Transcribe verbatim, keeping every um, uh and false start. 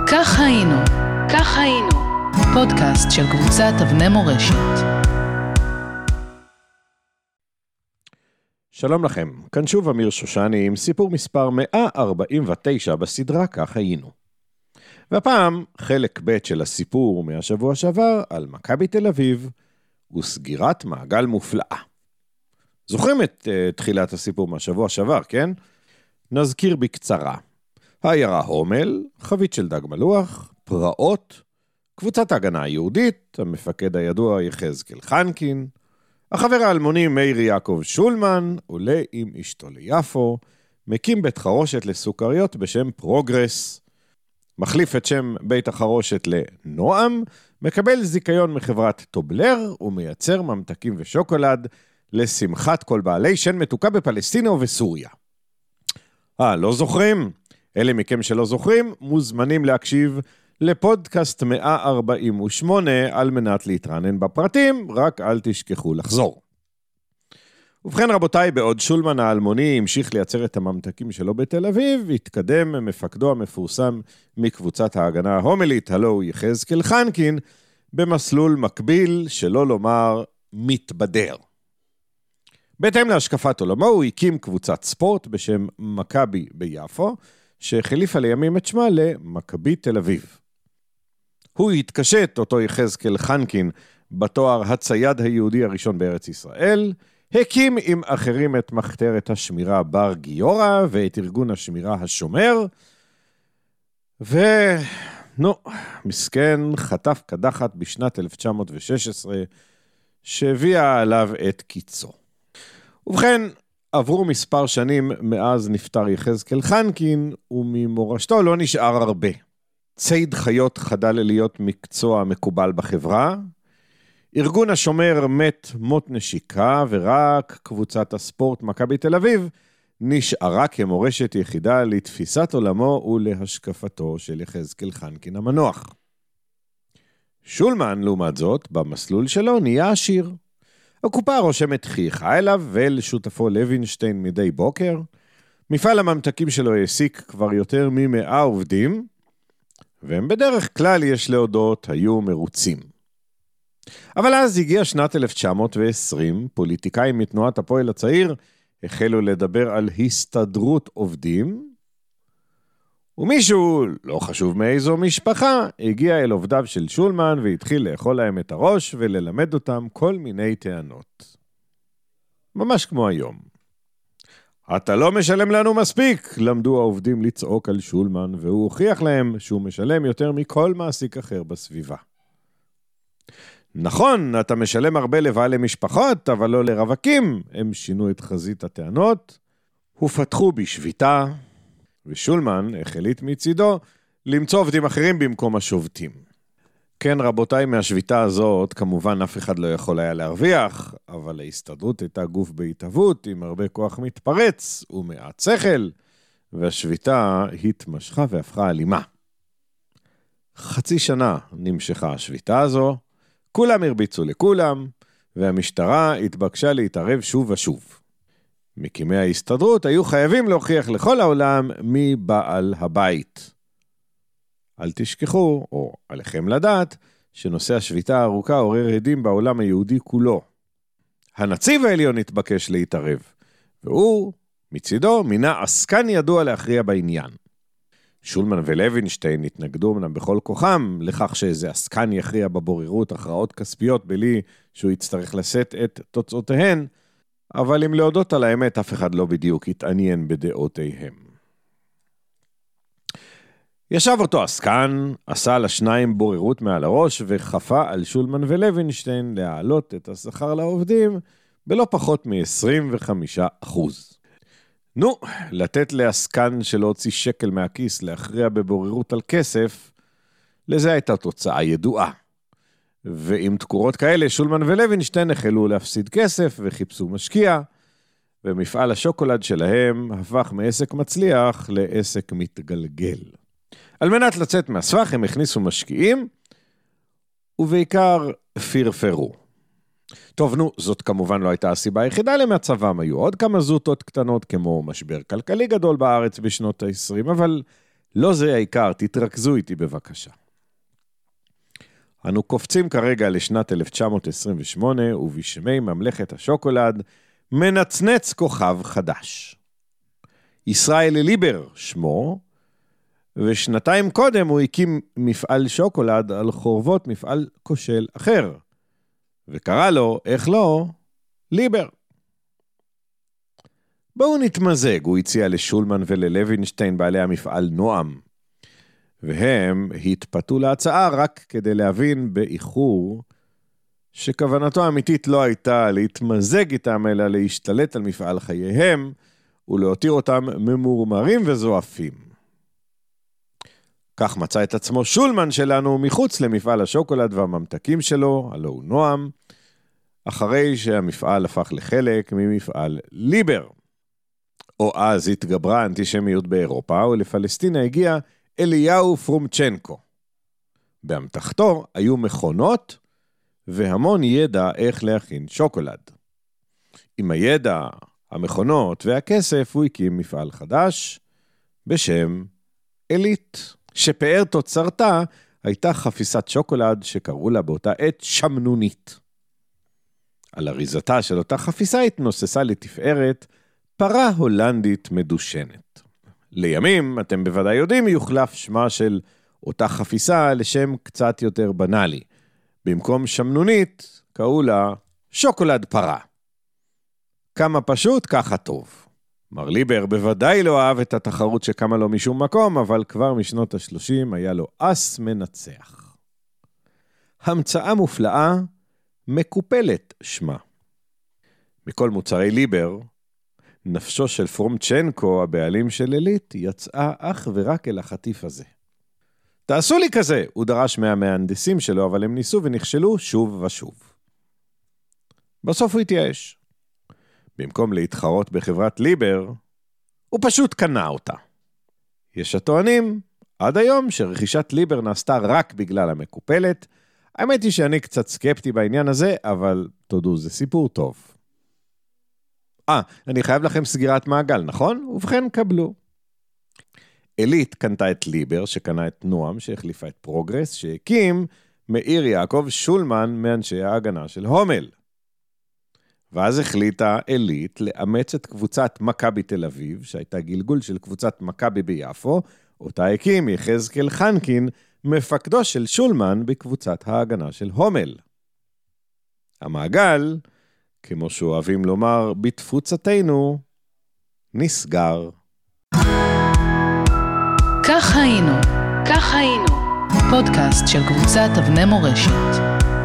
כך היינו, כך היינו, פודקאסט של קבוצת אבני מורשת. שלום לכם, כאן שוב אמיר שושני עם סיפור מספר מאה ארבעים ותשע בסדרה כך היינו. והפעם חלק ב' של הסיפור מהשבוע שעבר על מכבי תל אביב וסגירת מעגל מופלאה. זוכרים את uh, תחילת הסיפור מהשבוע שעבר, כן? נזכיר בקצרה. העיירה הומל, חבית של דג מלוח, פרעות, קבוצת ההגנה היהודית, המפקד הידוע יחזקאל חנקין, החבר האלמוני מאיר יעקב שולמן, עולה עם אשתו ליפו, מקים בית חרושת לסוכריות בשם פרוגרס, מחליף את שם בית החרושת לנועם, מקבל זיכיון מחברת טובלר, ומייצר ממתקים ושוקולד לשמחת כל בעלי שן מתוקה בפלסטינה ובסוריה. אה, לא זוכרים? אלה מכם שלא זוכרים, מוזמנים להקשיב לפודקאסט מאה ארבעים ושמונה על מנת להתרענן בפרטים, רק אל תשכחו לחזור. ובכן רבותיי, בעוד שולמן האלמוני המשיך לייצר את הממתקים שלו בתל אביב, התקדם מפקדו המפורסם מקבוצת ההגנה ההומלית, הלו יחזקאל חנקין, במסלול מקביל, שלא לומר מתבדר. בהתאם להשקפת עולמו, הוא הקים קבוצת ספורט בשם מכבי ביפו, שחליפה לימים את שמה למכבי תל אביב. הוא התקשט, אותו יחזקאל חנקין, בתואר הצייד היהודי הראשון בארץ ישראל, הקים עם אחרים את מחתרת השמירה בר גיורא ואת ארגון השמירה השומר, ונו, מסכן חטף קדחת בשנת אלף תשע מאות ושש עשרה, שהביאה עליו את קיצו. ובכן, עברו מספר שנים מאז נפטר יחזקאל חנקין, וממורשתו לא נשאר הרבה. ציד חיות חדל להיות מקצוע מקובל בחברה, ארגון השומר מת מות נשיקה, ורק קבוצת הספורט מכבי תל אביב נשארה כמורשת יחידה לתפיסת עולמו ולהשקפתו של יחזקאל חנקין המנוח. שולמן, לעומת זאת, במסלול שלו נהיה עשיר. הקופה רושמת חייכה אליו ולשותפו לוינשטיין מדי בוקר. מפעל הממתקים שלו העסיק כבר יותר ממאה עובדים, והם בדרך כלל, יש להודות, היו מרוצים. אבל אז הגיעה שנת אלף תשע מאות ועשרים, פוליטיקאים מתנועת הפועל הצעיר החלו לדבר על הסתדרות עובדים, ומישהו, לא חשוב מאיזו משפחה, הגיע אל עובדיו של שולמן והתחיל לאכול להם את הראש וללמד אותם כל מיני טענות. ממש כמו היום. אתה לא משלם לנו מספיק, למדו העובדים לצעוק על שולמן, והוא הוכיח להם שהוא משלם יותר מכל מעסיק אחר בסביבה. נכון, אתה משלם הרבה לבעלי משפחות, אבל לא לרווקים. הם שינו את חזית הטענות, הופתחו בשביתה, ושולמן החליט מצידו למצוא עובדים אחרים במקום השובטים. כן רבותיי, מהשביתה הזאת כמובן אף אחד לא יכול היה להרוויח, אבל ההסתדרות הייתה גוף בהתהוות עם הרבה כוח מתפרץ ומעט שכל, והשביתה התמשכה והפכה אלימה. חצי שנה נמשכה השביתה הזו, כולם הרביצו לכולם, והמשטרה התבקשה להתערב שוב ושוב. מקימי ההסתדרות היו חייבים להוכיח לכל העולם מי בעל הבית. אל תשכחו, או עליכם לדעת, שנושא השביתה הארוכה עורר הדים בעולם היהודי כולו. הנציב העליון התבקש להתערב, והוא, מצידו, מינה עסקן ידוע להכריע בעניין. שולמן ולוינשטיין התנגדו אמנם בכל כוחם לכך שאיזה עסקן יכריע בבוררות הכרעות כספיות בלי שהוא יצטרך לשאת את תוצאותיהן, אבל אם להודות על האמת, אף אחד לא בדיוק התעניין בדעותיהם. ישב אותו עסקן, עשה לשניים בוררות מעל הראש, וחפה על שולמן ולוינשטיין להעלות את השכר לעובדים בלא פחות מ-עשרים וחמישה אחוז. נו, לתת לעסקן שלא הוציא שקל מהכיס להכריע בבוררות על כסף, לזה הייתה תוצאה ידועה. ועם תקורות כאלה, שולמן ולוינשטיין החלו להפסיד כסף וחיפשו משקיע, ומפעל השוקולד שלהם הפך מעסק מצליח לעסק מתגלגל. על מנת לצאת מהסבך הם הכניסו משקיעים, ובעיקר פרפרו. טוב, נו, זאת כמובן לא הייתה הסיבה היחידה למצבם, היו עוד כמה זוטות קטנות כמו משבר כלכלי גדול בארץ בשנות ה-עשרים, אבל לא זה העיקר, תתרכזו איתי בבקשה. אנו קופצים כרגע לשנת אלף תשע מאות עשרים ושמונה, ובשמי ממלכת השוקולד מנצנץ כוכב חדש. ישראל ליבר שמו, ושנתיים קודם הוא הקים מפעל שוקולד על חורבות מפעל כושל אחר, וקרא לו, איך לא, ליבר. בואו נתמזג, הוא הציע לשולמן וללוינשטיין בעלי המפעל נועם, והם התפתו להצעה רק כדי להבין באיחור שכוונתו האמיתית לא הייתה להתמזג איתם, אלא להשתלט על מפעל חייהם ולהותיר אותם ממורמרים וזועפים. כך מצא את עצמו שולמן שלנו מחוץ למפעל השוקולד והממתקים שלו, הלא הוא נועם, אחרי שהמפעל הפך לחלק ממפעל ליבר. או אז התגברה האנטישמיות באירופה, ולפלסטינה הגיע אליהו פרומצ'נקו. באמתחתו היו מכונות והמון ידע איך להכין שוקולד. עם הידע, המכונות והכסף הוא הקים מפעל חדש בשם אלית, שפאר תוצרתה הייתה חפיסת שוקולד שקראו לה באותה עת שמנונית. על אריזתה של אותה חפיסה התנוססה לתפארת פרה הולנדית מדושנת. לימים, אתם בוודאי יודעים, יוחלף שמה של אותה חפיסה לשם קצת יותר בנאלי. במקום שמנונית, קראו לה שוקולד פרה. כמה פשוט, ככה טוב. מר ליבר בוודאי לא אהב את התחרות שקמה לו משום מקום, אבל כבר משנות ה-שלושים היה לו אס מנצח. המצאה מופלאה, מקופלת שמה. מכל מוצרי ליבר, נפשו של פרומצ'נקו, הבעלים של אלית, יצאה אך ורק אל החטיף הזה. תעשו לי כזה, הוא דרש מהמהנדסים שלו, אבל הם ניסו ונכשלו שוב ושוב. בסוף הוא התייאש. במקום להתחרות בחברת ליבר, הוא פשוט קנה אותה. יש הטוענים, עד היום, שרכישת ליבר נעשתה רק בגלל המקופלת. האמת היא שאני קצת סקפטי בעניין הזה, אבל תודו, זה סיפור טוב. אה, אני חייב לכם סגירת מעגל, נכון? ובכן, קבלו. אלית קנתה את ליבר, שקנה את נועם, שהחליפה את פרוגרס, שהקים מאיר יעקב שולמן מאנשי ההגנה של הומל. ואז החליטה אלית לאמץ את קבוצת מכבי תל אביב, שהייתה גלגול של קבוצת מכבי ביפו, אותה הקים יחזקאל חנקין, מפקדו של שולמן בקבוצת ההגנה של הומל. המעגל, כמו שאוהבים לומר בתפוצתנו, נסגר. כך היינו, כך היינו, פודקאסט של קבוצת אבני מורשת.